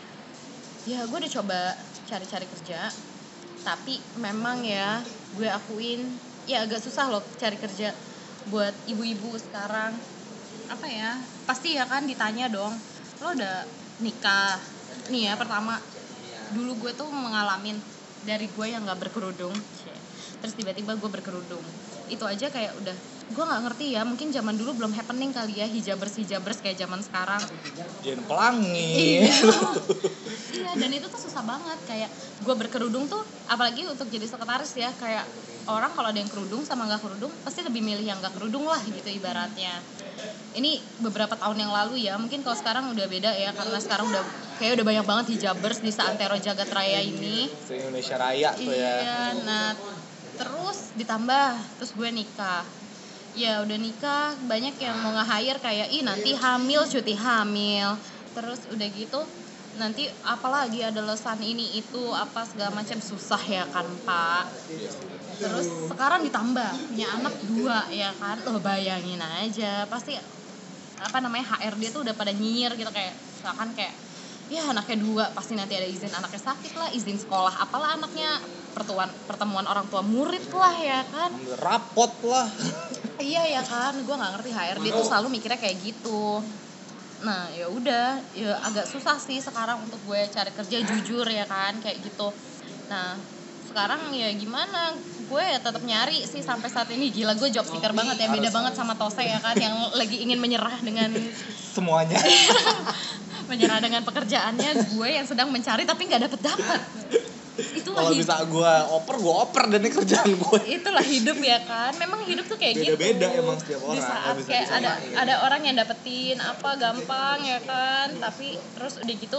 [SPEAKER 3] Ya gue udah coba cari-cari kerja, tapi memang ya gue akuin ya agak susah loh cari kerja buat ibu-ibu sekarang. Apa ya? Pasti ya kan ditanya dong, lo udah nikah? Nih ya pertama, dulu gue tuh mengalamin dari gue yang nggak berkerudung, terus tiba-tiba gue berkerudung. Itu aja kayak udah, gue nggak ngerti ya, mungkin zaman dulu belum happening kali ya hijabers hijabers kayak zaman sekarang.
[SPEAKER 2] Jen pelangi.
[SPEAKER 3] Iya. Iya, dan itu tuh susah banget kayak gue berkerudung tuh, apalagi untuk jadi sekretaris ya, kayak orang kalau ada yang kerudung sama nggak kerudung pasti lebih milih yang nggak kerudung lah gitu ibaratnya. Ini beberapa tahun yang lalu ya, mungkin kalau sekarang udah beda ya, karena sekarang udah kayak udah banyak banget hijabers di Seantero Jagat Raya ini.
[SPEAKER 2] Se-Indonesia Raya tuh ya.
[SPEAKER 3] Iya, nah terus ditambah terus gue nikah. Ya udah nikah, banyak yang mau nge-hire kayak ih nanti hamil, cuti hamil. Terus udah gitu nanti apalagi ada lesan ini itu apa segala macam, susah ya kan Pak. Terus sekarang ditambah punya anak dua ya kan, lo bayangin aja pasti apa namanya H R D tuh udah pada nyinyir gitu kayak misalkan kayak ya anaknya dua pasti nanti ada izin anaknya sakit lah, izin sekolah apalah anaknya, pertemuan pertemuan orang tua murid lah ya kan.
[SPEAKER 2] Rapot lah.
[SPEAKER 3] Iya ya kan, gue nggak ngerti H R D tuh selalu mikirnya kayak gitu. Nah ya udah, ya agak susah sih sekarang untuk gue cari kerja jujur ya kan kayak gitu. Nah sekarang ya gimana, gue ya tetap nyari sih sampai saat ini. Gila gue job seeker banget ya, beda banget sama Tose ya kan yang lagi ingin menyerah dengan
[SPEAKER 2] semuanya.
[SPEAKER 3] menyerah dengan pekerjaannya, gue yang sedang mencari tapi nggak dapet dapet. Itulah
[SPEAKER 2] Kalau
[SPEAKER 3] hidup.
[SPEAKER 2] bisa gue oper, gue oper dan ini kerjaan gue.
[SPEAKER 3] Itulah hidup ya kan, memang hidup tuh kayak gitu.
[SPEAKER 2] Beda-beda emang setiap orang.
[SPEAKER 3] Di saat
[SPEAKER 2] Nggak bisa
[SPEAKER 3] kayak ada
[SPEAKER 2] disamain.
[SPEAKER 3] ada orang yang dapetin apa gampang ya kan, tapi terus udah gitu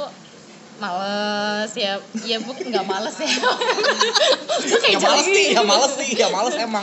[SPEAKER 3] males ya, ya bu nggak males ya. Gue kayak
[SPEAKER 2] Ya males
[SPEAKER 3] jelek.
[SPEAKER 2] nih, ya males nih, ya males emang.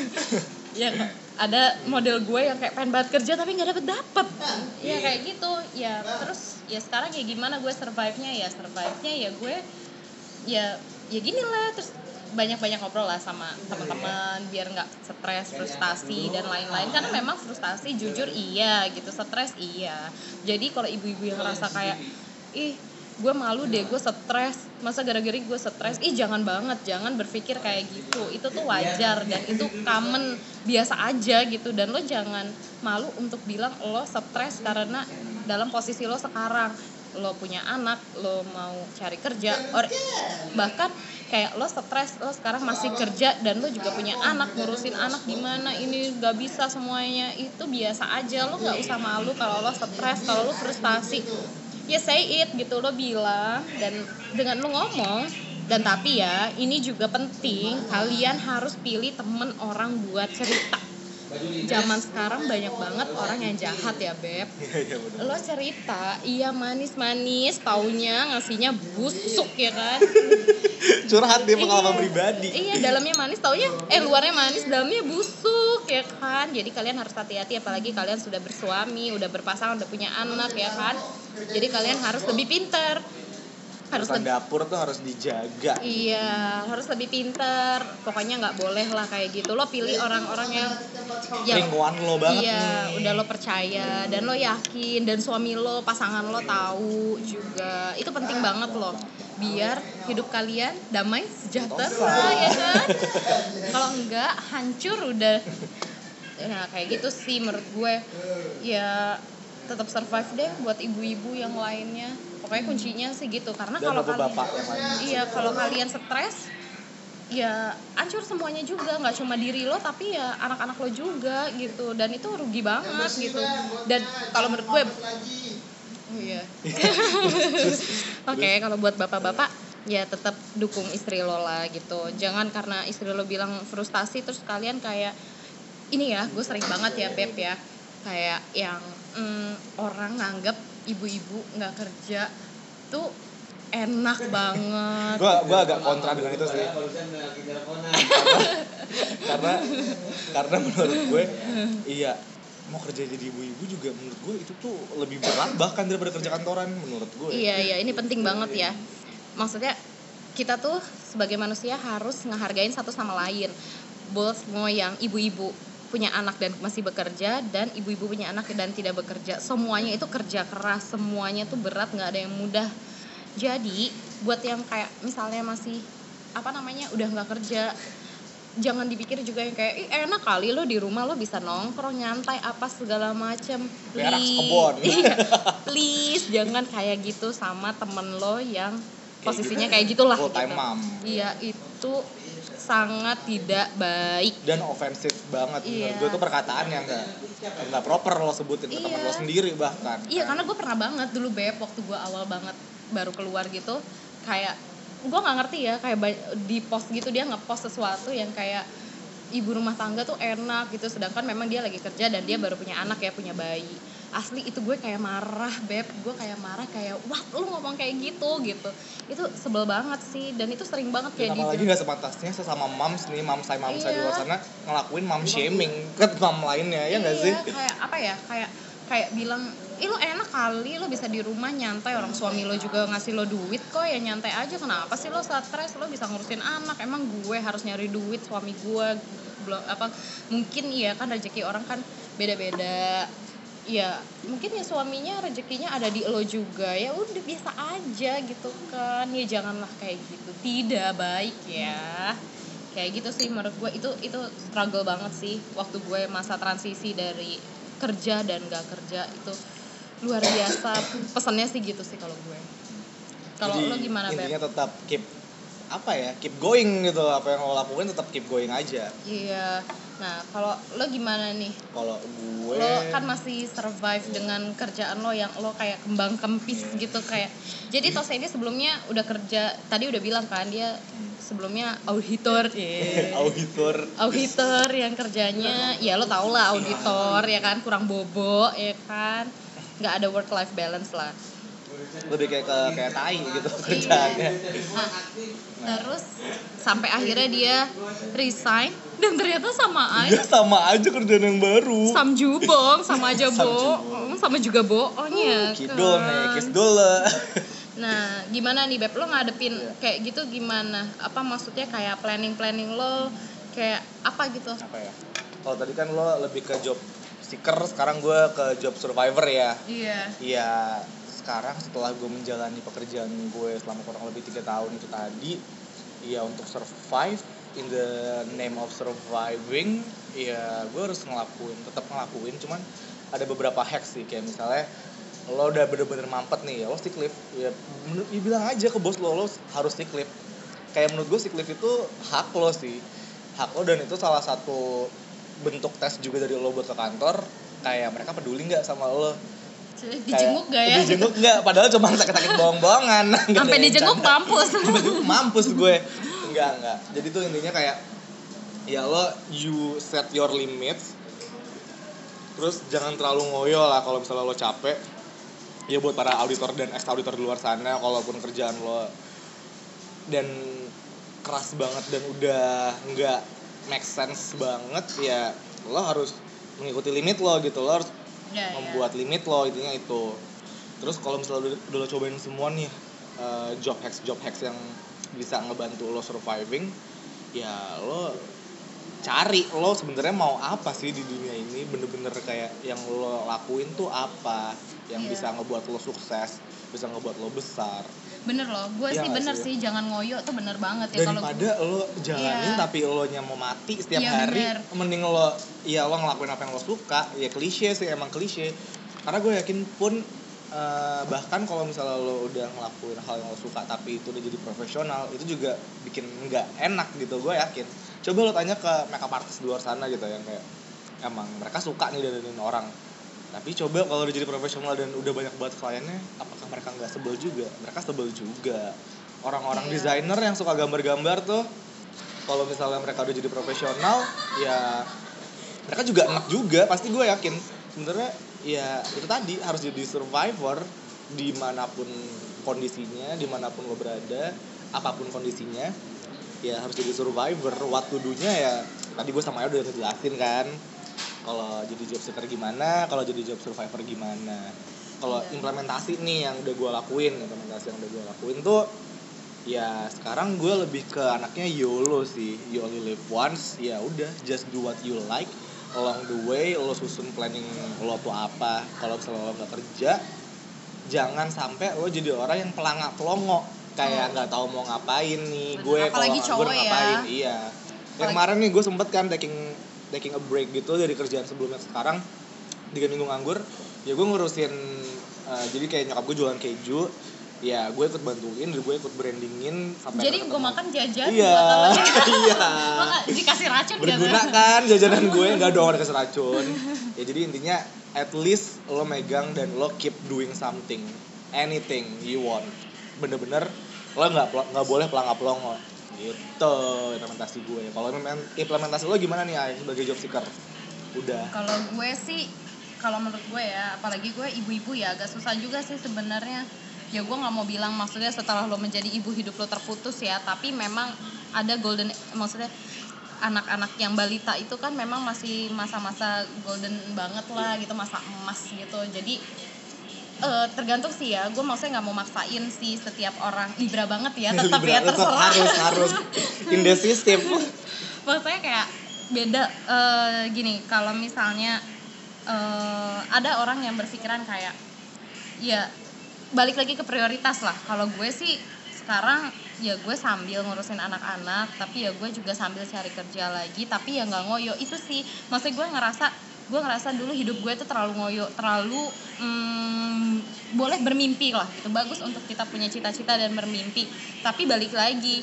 [SPEAKER 3] Ya ada model gue yang kayak pengen banget kerja tapi nggak dapet dapet. Ya kayak gitu. Ya terus ya sekarang ya gimana gue survive-nya ya survive-nya ya gue ya ya gini lah, terus banyak-banyak ngobrol lah sama teman-teman biar nggak stres, frustasi dan lain-lain, karena memang frustasi jujur iya gitu, stres iya. Jadi kalau ibu-ibu yang ngerasa kayak ih gue malu deh gue stres, masa gara-gara gue stres, ih jangan banget, jangan berpikir kayak gitu, itu tuh wajar dan itu common, biasa aja gitu. Dan lo jangan malu untuk bilang lo stres karena dalam posisi lo sekarang, lo punya anak, lo mau cari kerja, or bahkan kayak lo stres, lo sekarang masih kerja dan lo juga punya anak, ngurusin anak gimana, ini gak bisa semuanya, itu biasa aja. Lo gak usah malu kalau lo stres, kalau lo frustasi, ya say it gitu, lo bilang. Dan dengan lo ngomong, dan tapi ya ini juga penting, kalian harus pilih temen orang buat cerita. Zaman sekarang banyak banget orang yang jahat ya Beb.
[SPEAKER 2] Iya, iya benar.
[SPEAKER 3] Lo cerita, iya manis-manis, taunya ngasihnya busuk ya kan.
[SPEAKER 2] Curhat dia pengalaman
[SPEAKER 3] Iya.
[SPEAKER 2] pribadi.
[SPEAKER 3] Iya, dalamnya manis, taunya eh luarnya manis, dalamnya busuk ya kan. Jadi kalian harus hati-hati, apalagi kalian sudah bersuami, udah berpasangan, udah punya anak ya kan. Jadi kalian harus lebih pintar. Harus
[SPEAKER 2] Urusan
[SPEAKER 3] lebih,
[SPEAKER 2] dapur tuh harus dijaga.
[SPEAKER 3] iya, harus lebih pintar. Pokoknya nggak boleh lah kayak gitu. Lo pilih orang-orang yang yang
[SPEAKER 2] Lingkungan lo banget
[SPEAKER 3] iya,
[SPEAKER 2] nih.
[SPEAKER 3] udah lo percaya dan lo yakin, dan suami lo, pasangan lo tahu juga. Itu penting banget loh, biar hidup kalian damai, sejahtera ya kan. Kalau enggak hancur udah. Nah kayak gitu sih menurut gue. Ya tetap survive deh buat ibu-ibu yang lainnya. Pokoknya kuncinya sih gitu, karena
[SPEAKER 2] Dan
[SPEAKER 3] kalau kalian
[SPEAKER 2] bapak-bapak yang lain.
[SPEAKER 3] iya, kalau kalian stres ya hancur semuanya juga, nggak cuma diri lo tapi ya anak-anak lo juga gitu, dan itu rugi banget gitu. Dan kalau menurut gue oh iya oke okay, kalau buat bapak-bapak ya tetap dukung istri lo lah gitu, jangan karena istri lo bilang frustasi terus kalian kayak ini ya, gue sering banget ya Beb ya, kayak yang mm, orang nganggep ibu-ibu nggak kerja tuh enak banget.
[SPEAKER 2] Gue gue agak kontra dengan itu sih. karena karena menurut gue iya, mau kerja jadi ibu-ibu juga menurut gue itu tuh lebih berat bahkan daripada kerja kantoran menurut gue.
[SPEAKER 3] Iya iya, ini penting banget ya. Maksudnya kita tuh sebagai manusia harus ngehargain satu sama lain. Both mau yang ibu-ibu punya anak dan masih bekerja, dan ibu-ibu punya anak dan tidak bekerja, semuanya itu kerja keras, semuanya tuh berat, nggak ada yang mudah. Jadi buat yang kayak misalnya masih apa namanya udah nggak kerja, jangan dipikir juga yang kayak ih enak kali lo di rumah lo bisa nongkrong nyantai apa segala macem. Please, iya, please jangan kayak gitu sama temen lo yang posisinya kayak gitulah.
[SPEAKER 2] Full time
[SPEAKER 3] gitu.
[SPEAKER 2] mom.
[SPEAKER 3] Iya itu sangat tidak baik
[SPEAKER 2] dan ofensif banget.
[SPEAKER 3] Iya.
[SPEAKER 2] Menurut gue tuh perkataan yang nggak nggak proper lo sebutin ke
[SPEAKER 3] iya.
[SPEAKER 2] teman lo sendiri bahkan.
[SPEAKER 3] Iya karena gue pernah banget dulu Beb waktu gue awal banget baru keluar gitu, kayak gue nggak ngerti ya, kayak di post gitu dia ngepost sesuatu yang kayak ibu rumah tangga tuh enak gitu, sedangkan memang dia lagi kerja dan dia baru punya anak ya, punya bayi. Asli itu gue kayak marah Beb, gue kayak marah kayak wah lu ngomong kayak gitu gitu, itu sebel banget sih, dan itu sering banget kayak
[SPEAKER 2] gitu. Apalagi nggak sepantasnya sesama moms nih, mam saya mam saya di luar sana ngelakuin mom shaming ke mam lainnya, ya nggak
[SPEAKER 3] iya,
[SPEAKER 2] sih?
[SPEAKER 3] Kayak apa ya, kayak kayak bilang ih lo enak kali lo bisa di rumah nyantai, orang suami lo juga ngasih lo duit kok, ya nyantai aja, kenapa sih lo stres, lo bisa ngurusin anak, emang gue harus nyari duit, suami gue belum apa, mungkin iya kan rezeki orang kan beda-beda ya, mungkin ya suaminya rezekinya ada di lo juga, ya udah biasa aja gitu kan, ya janganlah kayak gitu, tidak baik ya kayak gitu sih menurut gue. Itu itu struggle banget sih waktu gue masa transisi dari kerja dan gak kerja, itu luar biasa. Pesannya sih gitu sih kalau gue. Kalau lo gimana Beb?
[SPEAKER 2] Intinya tetap keep apa ya, keep going gitu, apa yang lo lakuin tetap keep going aja.
[SPEAKER 3] Iya. Nah kalau lo gimana nih?
[SPEAKER 2] Kalau gue
[SPEAKER 3] lo kan masih survive dengan kerjaan lo yang lo kayak kembang kempis yeah. gitu kayak. Jadi Tose ini sebelumnya udah kerja, tadi udah bilang kan dia sebelumnya auditor, yeah.
[SPEAKER 2] auditor,
[SPEAKER 3] auditor yang kerjanya, ya lo tau lah auditor ya kan, kurang bobo ya kan, nggak ada work life balance lah.
[SPEAKER 2] Lebih kayak ke kayak tai gitu kerjaannya.
[SPEAKER 3] Nah, terus sampai akhirnya dia resign dan ternyata sama aja.
[SPEAKER 2] Dia sama aja kerjaan yang baru.
[SPEAKER 3] Sam jubong, sama aja bohong, sama juga bohongnya.
[SPEAKER 2] Kidul nih, kisdul lah.
[SPEAKER 3] Nah, gimana nih Beb, lo ngadepin kayak gitu gimana? Apa maksudnya kayak planning-planning lo kayak apa gitu?
[SPEAKER 2] Apa ya? Kalau tadi kan lo lebih ke job seeker, sekarang gue ke job survivor ya.
[SPEAKER 3] Iya.
[SPEAKER 2] Iya, sekarang setelah gue menjalani pekerjaan gue selama kurang lebih tiga tahun itu tadi, ya untuk survive in the name of surviving, ya gue harus ngelakuin, tetap ngelakuin, cuman ada beberapa hacks sih, kayak misalnya lo udah bener-bener mampet nih, ya lo stick lift, ya, menurut, ya bilang aja ke bos lo, lo harus stick lift. Kayak menurut gue stick lift itu hak lo sih, hak lo, dan itu salah satu bentuk tes juga dari lo buat ke kantor, kayak mereka peduli nggak sama lo.
[SPEAKER 3] Dijenguk gak ya?
[SPEAKER 2] Dijenguk gak? Padahal cuma sakit-sakit bohong-bohongan.
[SPEAKER 3] Sampai dijenguk mampus.
[SPEAKER 2] Mampus gue. Enggak, enggak. Jadi tuh intinya kayak ya lo you set your limits. Terus jangan terlalu ngoyo lah kalau misalnya lo capek. Ya buat para auditor dan ex auditor di luar sana, kalaupun kerjaan lo dan keras banget dan udah enggak make sense banget, ya lo harus mengikuti limit lo gitu. Lo harus Ya, membuat ya. limit lo, intinya itu. Terus kalau misalnya udah, udah lo cobain semua nih uh, job hacks job hacks yang bisa ngebantu lo surviving, ya lo cari lo sebenarnya mau apa sih di dunia ini, bener-bener kayak yang lo lakuin tuh apa yang yeah. bisa ngebuat lo sukses, bisa ngebuat lo besar.
[SPEAKER 3] Bener loh, gue ya sih bener sih, sih jangan ngoyo tuh bener banget ya.
[SPEAKER 2] Daripada kalau lo jalanin yeah. tapi lo nya mau mati setiap yeah, hari, bener. Mending lo ya lo ngelakuin apa yang lo suka. Ya klise sih, emang klise. Karena gue yakin pun uh, bahkan kalau misalnya lo udah ngelakuin hal yang lo suka tapi itu udah jadi profesional, itu juga bikin nggak enak gitu, gue yakin. Coba lo tanya ke makeup artist di luar sana gitu yang kayak emang mereka suka nih dandanin orang, tapi coba kalau udah jadi profesional dan udah banyak banget kliennya, apakah mereka nggak sebel juga? Mereka sebel juga. Orang-orang
[SPEAKER 3] Iya.
[SPEAKER 2] desainer yang suka gambar-gambar tuh, kalau misalnya mereka udah jadi profesional, ya mereka juga enak juga, pasti gue yakin. Sebenarnya ya itu tadi harus jadi survivor dimanapun kondisinya, dimanapun lo berada, apapun kondisinya, ya harus jadi survivor. What to do-nya ya tadi gue sama Ayo udah ngejelasin kan. Kalau jadi job seeker gimana, kalau jadi job survivor gimana. Kalau
[SPEAKER 3] Iya.
[SPEAKER 2] implementasi nih yang udah gue lakuin, implementasi yang udah gue lakuin tuh ya sekarang gue lebih ke anaknya YOLO sih. You only live once, ya udah just do what you like. Along the way lo susun planning lo tuh apa. Kalau misalnya lo gak kerja, jangan sampai lo jadi orang yang pelangak pelongo, kayak nggak tahu mau ngapain nih.
[SPEAKER 3] Bener.
[SPEAKER 2] Gue
[SPEAKER 3] Apalagi
[SPEAKER 2] kalau gue
[SPEAKER 3] cowok ya.
[SPEAKER 2] ngapain, iya. Yang kemarin nih gue sempet kan taking taking a break gitu dari kerjaan sebelumnya sekarang, tiga minggu nganggur. Ya gue ngurusin uh, jadi kayak nyokap gue jualan keju, ya gue ikut bantuin, gue ikut brandingin sampai
[SPEAKER 3] Jadi gue makan jajan
[SPEAKER 2] iya iya
[SPEAKER 3] lo nggak dikasih racun
[SPEAKER 2] berguna
[SPEAKER 3] gitu?
[SPEAKER 2] kan jajanan gue, nggak dong dikasih racun. Ya jadi intinya at least lo megang dan lo keep doing something, anything you want. Bener-bener lo nggak nggak boleh pelangap pelongo gitu implementasi gue. Kalau implementasi lo gimana nih Ay, sebagai job seeker? Udah.
[SPEAKER 3] Kalau gue sih, kalau menurut gue ya, apalagi gue ibu-ibu ya, agak susah juga sih sebenarnya. Ya gue nggak mau bilang maksudnya setelah lo menjadi ibu hidup lo terputus ya, tapi memang ada golden, maksudnya anak-anak yang balita itu kan memang masih masa-masa golden banget lah gitu, masa emas gitu. Jadi Uh, tergantung sih ya, gue maksudnya nggak mau maksain sih setiap orang Libra banget ya, tetap ya terserah.
[SPEAKER 2] harus harus in the system.
[SPEAKER 3] Maksudnya kayak beda uh, gini, kalau misalnya uh, ada orang yang berpikiran kayak ya balik lagi ke prioritas lah. Kalau gue sih sekarang ya gue sambil ngurusin anak-anak, tapi ya gue juga sambil cari kerja lagi, tapi ya nggak ngoyo itu sih. Maksudnya gue ngerasa gue ngerasa dulu hidup gue tuh terlalu ngoyo, terlalu hmm, boleh bermimpi lah gitu, bagus untuk kita punya cita-cita dan bermimpi, tapi balik lagi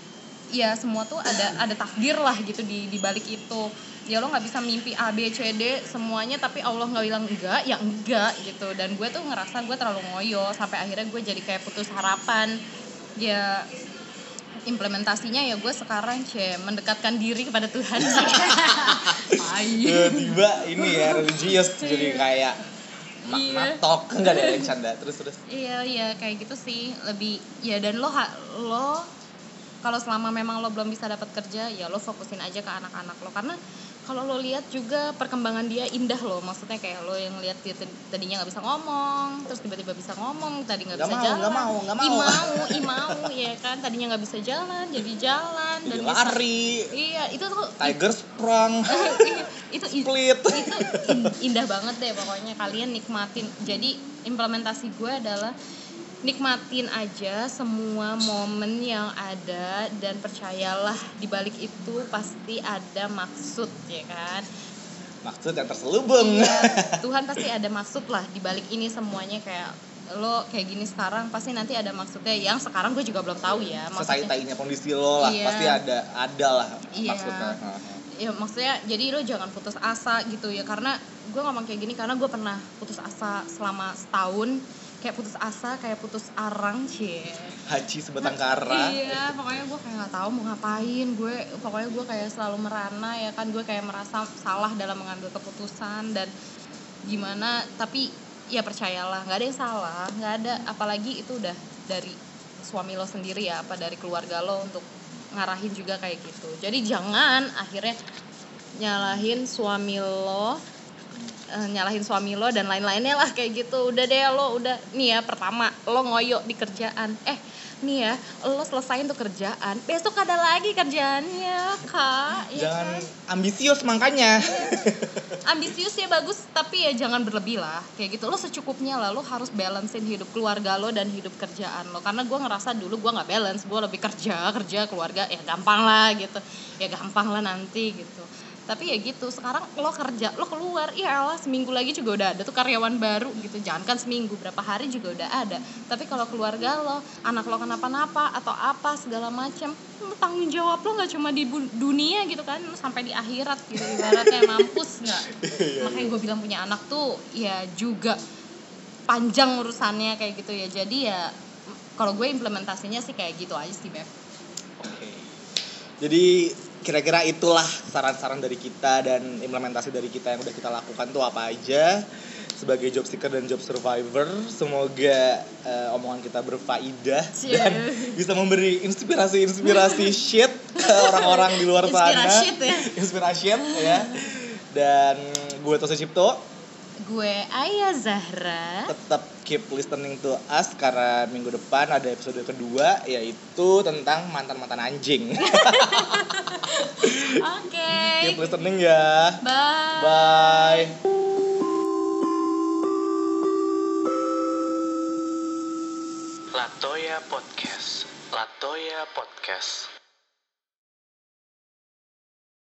[SPEAKER 3] ya semua tuh ada ada takdir lah gitu di di balik itu. Ya lo nggak bisa mimpi A B C D semuanya tapi Allah nggak bilang enggak ya enggak gitu. Dan gue tuh ngerasa gue terlalu ngoyo sampai akhirnya gue jadi kayak putus harapan. Ya implementasinya ya gue sekarang cie mendekatkan diri kepada Tuhan.
[SPEAKER 2] Tiba ini ya religius jadi kayak makna talk, enggak ada yang canda terus terus.
[SPEAKER 3] Iya iya kayak gitu sih lebih ya. Dan lo lo kalau selama memang lo belum bisa dapat kerja ya lo fokusin aja ke anak-anak lo, karena kalau lo lihat juga perkembangan dia indah loh. Maksudnya kayak lo yang lihat dia tadinya nggak bisa ngomong terus tiba-tiba bisa ngomong, tadi nggak bisa
[SPEAKER 2] mau,
[SPEAKER 3] jalan
[SPEAKER 2] nggak mau nggak mau
[SPEAKER 3] i mau i mau ya kan, tadinya nggak bisa jalan jadi jalan dan
[SPEAKER 2] jadi
[SPEAKER 3] bisa
[SPEAKER 2] lari.
[SPEAKER 3] Iya itu tuh
[SPEAKER 2] tiger sprang
[SPEAKER 3] itu
[SPEAKER 2] split
[SPEAKER 3] itu indah banget deh pokoknya. Kalian nikmatin. Jadi implementasi gue adalah nikmatin aja semua momen yang ada, dan percayalah di balik itu pasti ada maksud ya kan.
[SPEAKER 2] Maksud yang terselubung.
[SPEAKER 3] Iya, Tuhan pasti ada maksud lah di balik ini semuanya. Kayak lo kayak gini sekarang pasti nanti ada maksudnya yang sekarang gue juga belum tahu ya.
[SPEAKER 2] Setai-tainya kondisi lo lah,
[SPEAKER 3] iya,
[SPEAKER 2] pasti ada ada lah
[SPEAKER 3] iya,
[SPEAKER 2] maksudnya.
[SPEAKER 3] Ya maksudnya jadi lo jangan putus asa gitu ya, karena gue ngomong kayak gini karena gue pernah putus asa selama setahun. Kayak putus asa, kayak putus arang cie.
[SPEAKER 2] Haji sebatang kara.
[SPEAKER 3] Iya, pokoknya gue kayak nggak tahu mau ngapain. Gue pokoknya gue kayak selalu merana ya kan. Gue kayak merasa salah dalam mengambil keputusan dan gimana. Tapi ya percayalah, nggak ada yang salah, nggak ada. Apalagi itu udah dari suami lo sendiri ya, apa dari keluarga lo untuk ngarahin juga kayak gitu. Jadi jangan akhirnya nyalahin suami lo. Nyalahin suami lo dan lain-lainnya lah kayak gitu. Udah deh lo udah nih ya, pertama lo ngoyo di kerjaan, eh nih ya lo selesain tuh kerjaan, besok ada lagi kerjaannya kak.
[SPEAKER 2] Jangan
[SPEAKER 3] ya kan?
[SPEAKER 2] ambisius makanya.
[SPEAKER 3] Ambisius ya bagus tapi ya jangan berlebih lah kayak gitu. Lo secukupnya lah, lo harus balancein hidup keluarga lo dan hidup kerjaan lo. Karena gue ngerasa dulu gue nggak balance, gue lebih kerja kerja keluarga ya gampang lah gitu, ya gampang lah nanti gitu. Tapi ya gitu, sekarang lo kerja, lo keluar, ya elah seminggu lagi juga udah ada tuh karyawan baru gitu. Jangan kan seminggu, berapa hari juga udah ada. Tapi kalau keluarga lo, anak lo kenapa-napa atau apa segala macam, tanggung jawab lo nggak cuma di bu- dunia gitu kan, sampai di akhirat gitu ibaratnya. Mampus nggak? Makanya gue bilang punya anak tuh ya juga panjang urusannya kayak gitu ya. Jadi ya kalau gue implementasinya sih kayak gitu aja sih, Beb.
[SPEAKER 2] Oke. Jadi kira-kira itulah saran-saran dari kita dan implementasi dari kita yang udah kita lakukan tuh apa aja sebagai job seeker dan job survivor. Semoga uh, omongan kita berfaedah
[SPEAKER 3] Cie.
[SPEAKER 2] dan bisa memberi inspirasi-inspirasi shit ke orang-orang di luar sana.
[SPEAKER 3] Inspirasi ya.
[SPEAKER 2] Inspirasi ya. Dan gue Tosa Cipto.
[SPEAKER 3] Gue Aya Zahra.
[SPEAKER 2] Tetap keep listening to us karena minggu depan ada episode kedua yaitu tentang mantan-mantan anjing.
[SPEAKER 3] Oke. Okay.
[SPEAKER 2] Keep listening ya.
[SPEAKER 3] Bye.
[SPEAKER 2] Bye.
[SPEAKER 1] Latoya Podcast. Latoya Podcast.